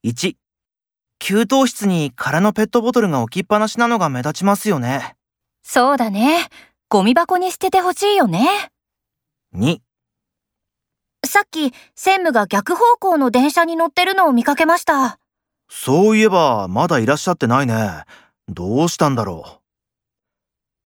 1、給湯室に空のペットボトルが置きっぱなしなのが目立ちますよね。 そうだね。ゴミ箱に捨ててほしいよね。 2、 さっき専務が逆方向の電車に乗ってるのを見かけました。 そういえばまだいらっしゃってないね。どうしたんだろう。